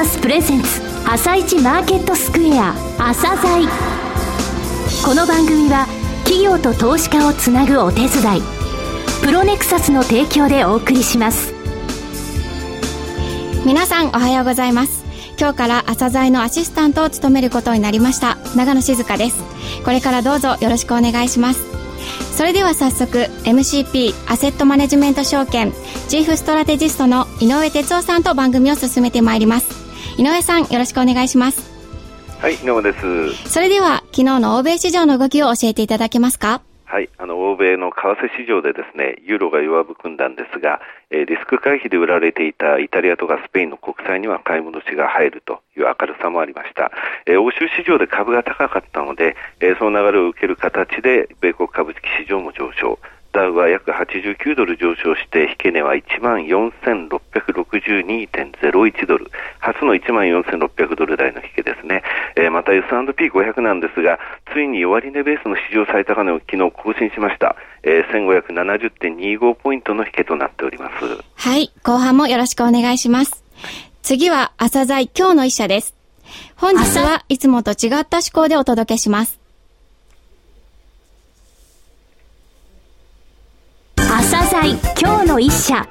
スプレゼンツ朝市マーケットスクエア朝鮮。この番組は企業と投資家をつなぐお手伝いプロネクサスの提供でお送りします。 皆さんおはようございます。今日から朝鮮のアシスタントを務めることになりました長野静香です。これからどうぞよろしくお願いします。それでは早速 MCP アセットマネジメント証券チーフストラテジストの井上哲夫さんと番組を進めてまいります。井上さん、よろしくお願いします。 はい、井上です。 それでは昨日の欧米市場の動きを教えていただけますか？ はい、欧米の為替市場でですね、ユーロが弱含んだんですが、リスク回避で売られていたイタリアとかスペインの国債には買い戻しが入るという明るさもありました。欧州市場で株が高かったので、その流れを受ける形で米国株式市場も上昇。ダウは約89ドル上昇して引け値は 14,662.01 ドル、初の 14,600 ドル台の引けですね。また S&P500 なんですが、ついに終値ベースの市場最高値を昨日更新しました。1570.25 ポイントの引けとなっております。 はい、後半もよろしくお願いします。次は朝鮮今日の一社です。本日はいつもと違った趣向でお届けします。 朝鮮今日の一社。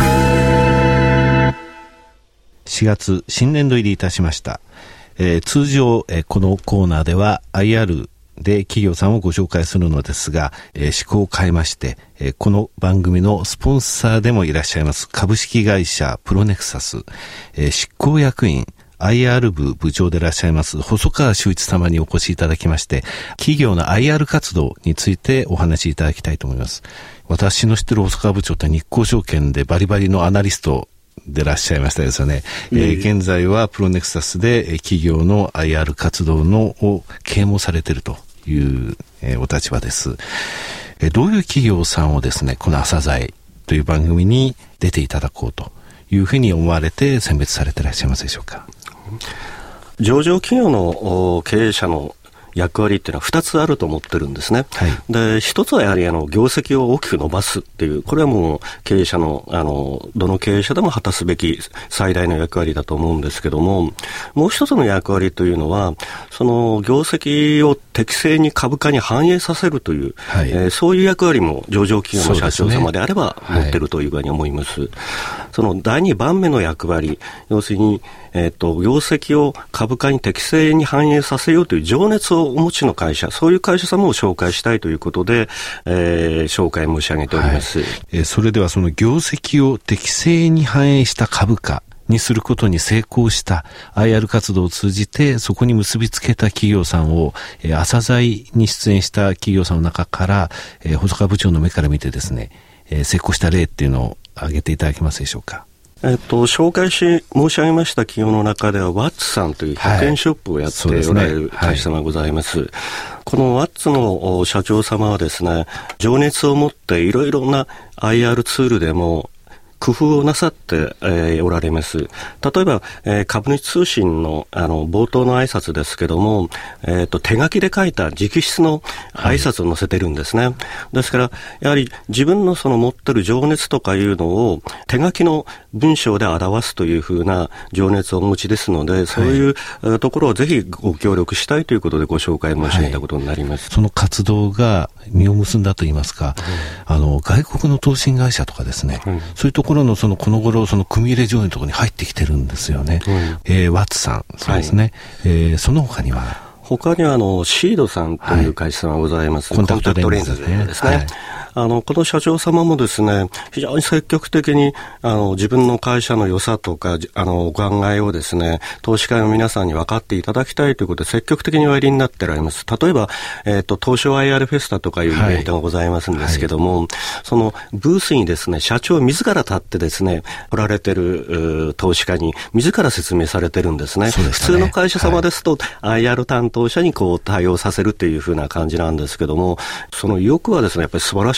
4月新年度入りいたしました。通常、このコーナーでは IR で企業さんをご紹介するのですが、趣向を変えまして、この番組のスポンサーでもいらっしゃいます株式会社プロネクサス、執行役員IR 部部長でいらっしゃいます細川修一様にお越しいただきまして、企業の IR 活動についてお話しいただきたいと思います。私の知ってる細川部長って日興証券でバリバリのアナリストでいらっしゃいましたですよね。現在はプロネクサスで企業の IR 活動を啓蒙されているという、お立場です。どういう企業さんをですね、この朝鮮という番組に出ていただこうというふうに思われて選別されていらっしゃいますでしょうか？ 上場企業の経営者の役割っていうのは2つあると思ってるんですね。はい、で、一つはやはり業績を大きく伸ばすっていう、これはもう経営者のどの経営者でも果たすべき最大の役割だと思うんですけども、もう一つの役割というのは、その業績を適正に株価に反映させるという、はい、そういう役割も上場企業の社長様であれば持ってるというふうに思います。はい、その第2番目の役割、要するに業績を株価に適正に反映させようという情熱をお持ちの会社、そういう会社様を紹介したいということで、紹介申し上げております。はい、 それではその業績を適正に反映した株価にすることに成功した IR 活動を通じてそこに結びつけた企業さんを、朝鮮に出演した企業さんの中から、細川部長の目から見てですね、成功した例っていうのを挙げていただけますでしょうか？ 紹介申し上げました企業の中ではワッツさんという100円ショップをやっておられる会社様がございます。はい、このワッツの社長様はですね、情熱を持っていろいろな IR ツールでも工夫をなさって、おられます。例えば、株主通信の冒頭の挨拶ですけども、手書きで書いた直筆の挨拶を載せてるんですね。はい、ですからやはり自分のその持ってる情熱とかいうのを手書きの文章で表すというふうな情熱をお持ちですので、そういうところをぜひご協力したいということでご紹介申し上げたことになります。 はい、その活動が実を結んだといいますか、外国の投信会社とかですね、そういうところのこの頃組入れ上位のところに入ってきてるんですよね。ワッツさん、そうですね。その他にはシードさんという会社がございます。 コンタクトレンズですね。この社長様もですね、非常に積極的に自分の会社の良さとかお考えをですね、投資家の皆さんに分かっていただきたいということで積極的におやりになっておられます。例えば、東証 IR フェスタとかいうイベントがございますんですけども、そのブースにですね、社長自ら立ってですね、来られてる投資家に自ら説明されてるんですね。普通の会社様ですと、IR 担当者に対応させるっていう風な感じなんですけども、その意欲はですね、やっぱり素晴らし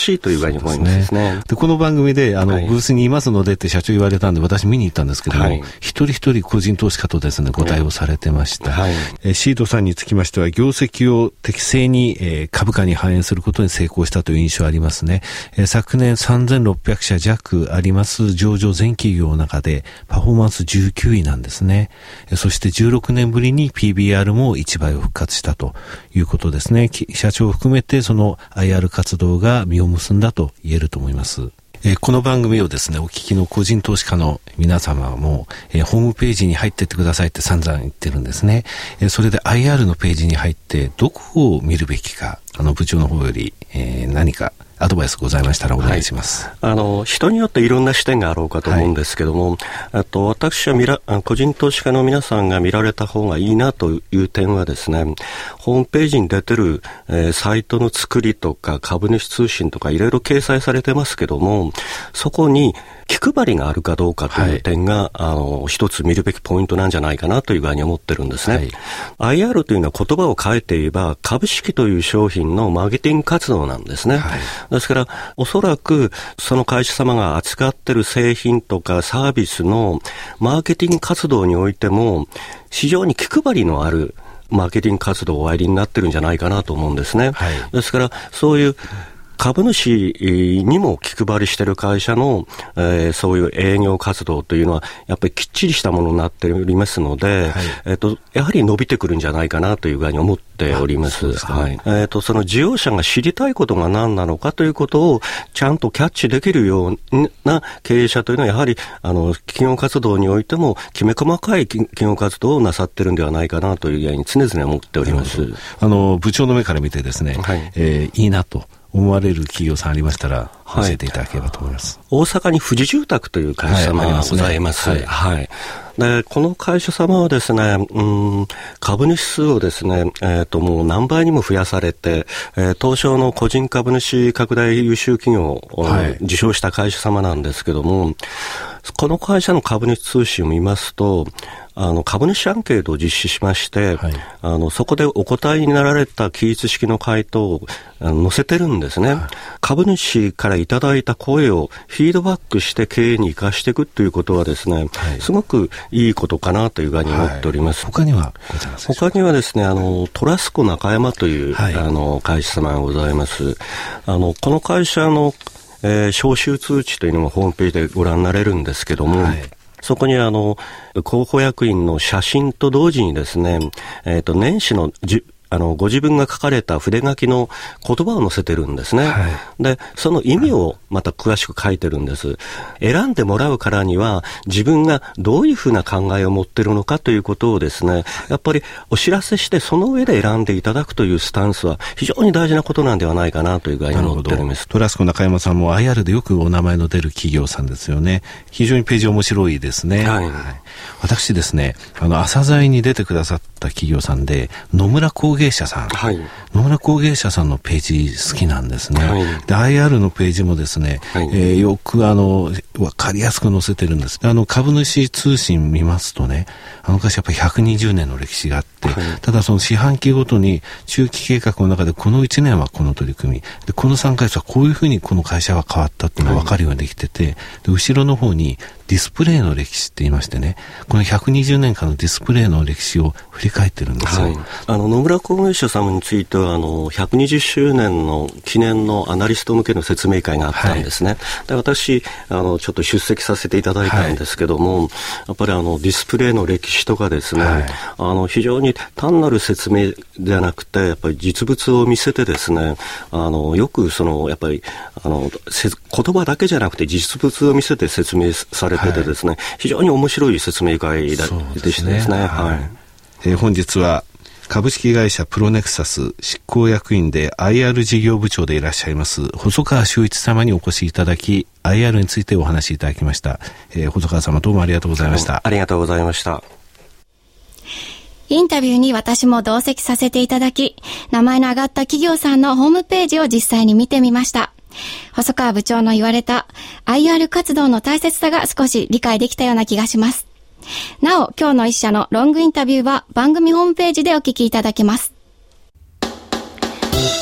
しいというふうに思いますですね。 で、この番組で、ブースにいますのでって社長言われたんで、私見に行ったんですけども、一人一人個人投資家とですね、ご対応されてました。シードさんにつきましては、業績を適正に、株価に反映することに成功したという印象ありますね。昨年3600社弱あります上場全企業の中で、パフォーマンス19位なんですね。そして16年ぶりに PBR も1倍を復活したということですね。社長を含めてその IR 活動が実を結んだと言えると思います。この番組をですね、お聞きの個人投資家の皆様も、ホームページに入ってってくださいって散々言ってるんですね。それで IR のページに入ってどこを見るべきか、部長の方より、何かアドバイスございましたらお願いします。 人によっていろんな視点があろうかと思うんですけども、私は個人投資家の皆さんが見られた方がいいなという点はですね、ホームページに出てる、サイトの作りとか株主通信とかいろいろ掲載されてますけども、そこに気配りがあるかどうかという点が、一つ見るべきポイントなんじゃないかなというふうに思ってるんですね。IR というのは言葉を変えて言えば株式という商品のマーケティング活動なんですね。ですからおそらくその会社様が扱っている製品とかサービスのマーケティング活動においても非常に気配りのあるマーケティング活動をおやりになってるんじゃないかなと思うんですね。ですからそういう株主にも気配りしている会社の、そういう営業活動というのはやっぱりきっちりしたものになっておりますので、やはり伸びてくるんじゃないかなというふうに思っております。その事業者が知りたいことが何なのかということをちゃんとキャッチできるような経営者というのはやはり企業活動においてもきめ細かい企業活動をなさってるんではないかなというように常々思っております。 部長の目から見てですね、いいなと思われる企業さんありましたら教えていただければと思います。 大阪に富士住宅という会社様がございます。で、この会社様はですね、株主数をですね、もう何倍にも増やされて、東証の個人株主拡大優秀企業を受賞した会社様なんですけども、この会社の株主通信を見ますと、株主アンケートを実施しまして、そこでお答えになられた記述式の回答を載せてるんですね。株主からいただいた声をフィードバックして経営に生かしていくということはですね、すごくいいことかなというふうに思っております。 他にはございますでしょうか？ 他にはですね、トラスコ中山という、会社様がございます。この会社の招集通知というのもホームページでご覧になれるんですけども、そこに候補役員の写真と同時にですね、年始のご自分が書かれた筆書きの言葉を載せてるんですね。で、その意味をまた詳しく書いてるんです。選んでもらうからには自分がどういうふうな考えを持ってるのかということをですね、やっぱりお知らせしてその上で選んでいただくというスタンスは非常に大事なことなんではないかなというふうに思っております。 トラスコ中山さんも IR でよくお名前の出る企業さんですよね。非常にページ面白いですね。私ですね、朝鮮に出てくださった企業さんで野村工芸社さん、野村工芸社さんのページ好きなんですね。で IR のページもですね、よく分かりやすく載せてるんです。株主通信見ますとね、昔やっぱり120年の歴史があって、ただその四半期ごとに中期計画の中でこの1年はこの取り組みで、この3ヶ月はこういうふうにこの会社は変わったっていうのが分かるようにできてて、で後ろの方にディスプレイの歴史って言いましてね、この120年間のディスプレイの歴史を振り返ってるんですよ。 野村工芸社様については120周年の記念のアナリスト向けの説明会があったんですね。で私ちょっと出席させていただいたんですけども、やっぱりディスプレイの歴史とかですね、非常に単なる説明ではなくてやっぱり実物を見せてですね、よくやっぱり言葉だけじゃなくて実物を見せて説明されててですね、非常に面白い説明会でしたですね。 本日は株式会社プロネクサス執行役員で IR 事業部長でいらっしゃいます細川修一様にお越しいただき IR についてお話しいただきました。細川様どうもありがとうございました。 ありがとうございました。 インタビューに私も同席させていただき、名前の挙がった企業さんのホームページを実際に見てみました。細川部長の言われた IR 活動の大切さが少し理解できたような気がします。なお、今日の一社のロングインタビューは番組ホームページでお聞きいただけます。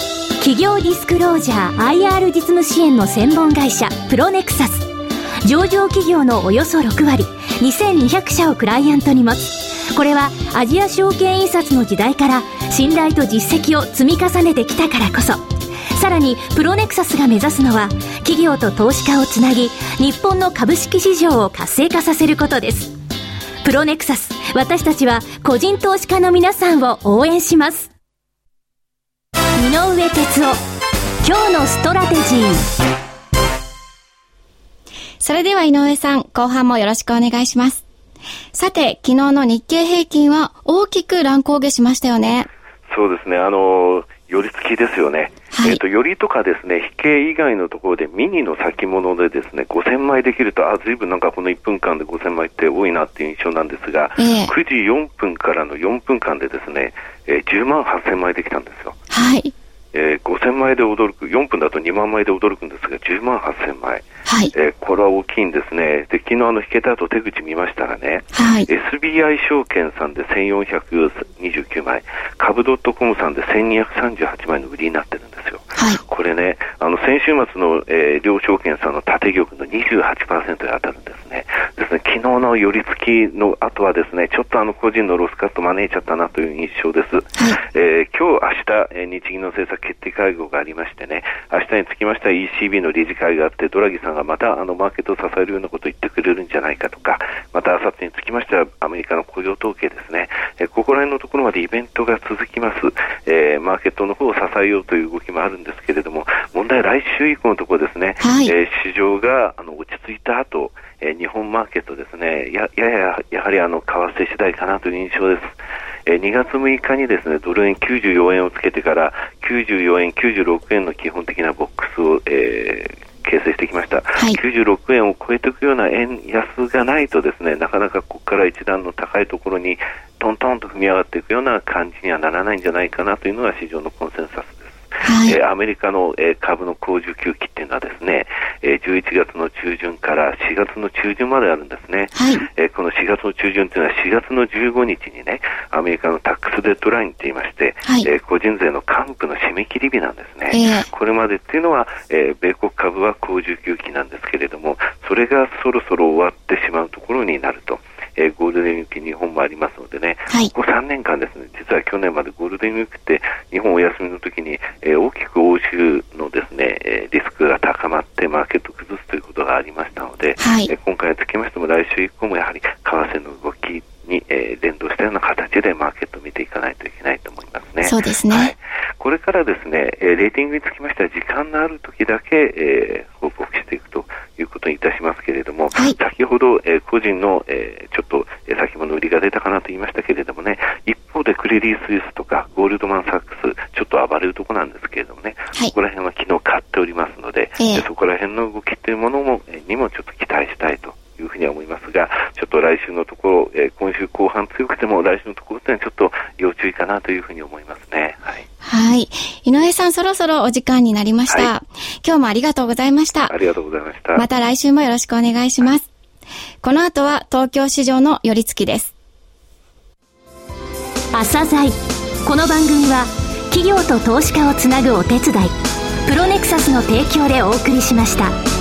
企業ディスクロージャー IR 実務支援の専門会社プロネクサス。上場企業のおよそ6割、2200社をクライアントに持つ。これはアジア証券印刷の時代から信頼と実績を積み重ねてきたからこそ。さらにプロネクサスが目指すのは、企業と投資家をつなぎ、日本の株式市場を活性化させることです。プロネクサス、私たちは個人投資家の皆さんを応援します。井上哲夫、今日のストラテジー。 それでは井上さん、後半もよろしくお願いします。さて、昨日の日経平均は大きく乱高下しましたよね。 そうですね、寄り付きですよね。はい、寄りとかですね、引け以外のところでミニの先物でですね、5000枚できると、随分なんかこの1分間で5000枚って多いなっていう印象なんですが、9時4分からの4分間でですね、10万8000枚できたんですよ。 はい。 5000枚で驚く、4分だと2万枚で驚くんですが、10万8000枚。 はい。 これは大きいんですね。で、昨日引けた後手口見ましたらね、 はい。 SBI 証券さんで1429枚、株.com さんで1238枚の売りになってるんですよ。 はい。 これね、先週末の、両証券さんの縦玉の 28% で当たるんですね。ですね、昨日の寄り付きの後はですね、ちょっと個人のロスカット招いちゃったなという印象です。はい。今日、明日、日銀の政策決定会合がありましてね、明日につきましては ECB の理事会があって、ドラギさんがまたマーケットを支えるようなことを言ってくれるんじゃないかとか、また明後日につきましてはアメリカの雇用統計ですね、ここら辺のところまでイベントが続きます。マーケットの方を支えようという動きもあるんですけれども、問題は来週以降のところですね、はい。市場が落ち着いた後、日本マーケットですね、やはり為替次第かなという印象です。2月6日にですね、ドル円94円をつけてから94円、96円の基本的なボックスを、形成してきました。はい、96円を超えていくような円安がないとですね、なかなかここから一段の高いところにトントンと踏み上がっていくような感じにはならないんじゃないかなというのが市場のコンセンサスです。はい。アメリカの、株の好需給期っていうのはですね、11月の中旬から4月の中旬まであるんですね。はい。この4月の中旬というのは4月の15日にね、アメリカのタックスデッドラインって言いまして、はい。個人税の還付の締め切り日なんですね。これまでっていうのは、米国株は好需給期なんですけれども、それがそろそろ終わってしまうところになると。ゴールデンウィーク日本もありますのでね、はい、ここ3年間ですね、実は去年までゴールデンウィークって日本お休みの時に、大きく欧州のですね、リスクが高まってマーケットを崩すということがありましたので、はい、今回につきましても来週以降もやはり為替の動きに、連動したような形でマーケットを見ていかないといけないと思いますね。 そうですね。はい、 これからですね、レーティングにつきましては時間のある時だけ、報告していくということにいたしますけれども、はい、先ほど、個人の、ちょっと先物売りが出たかなと言いましたけれどもね、一方でクレディ・スイスとかゴールドマン・サックスちょっと暴れるところなんですけれどもね、はい、ここら辺は昨日買っておりますので、そこら辺の動きというものも、にもちょっと期待したいというふうには思いますが、ちょっと来週のところ、今週後半強くても来週のところというのはちょっと要注意かなというふうに思いますね。はい。 はい。井上さん、そろそろお時間になりました。はい、今日もありがとうございました。 ありがとうございました。 また来週もよろしくお願いします。この後は東京市場の寄り付きです。 朝鮮。この番組は企業と投資家をつなぐお手伝い、プロネクサスの提供でお送りしました。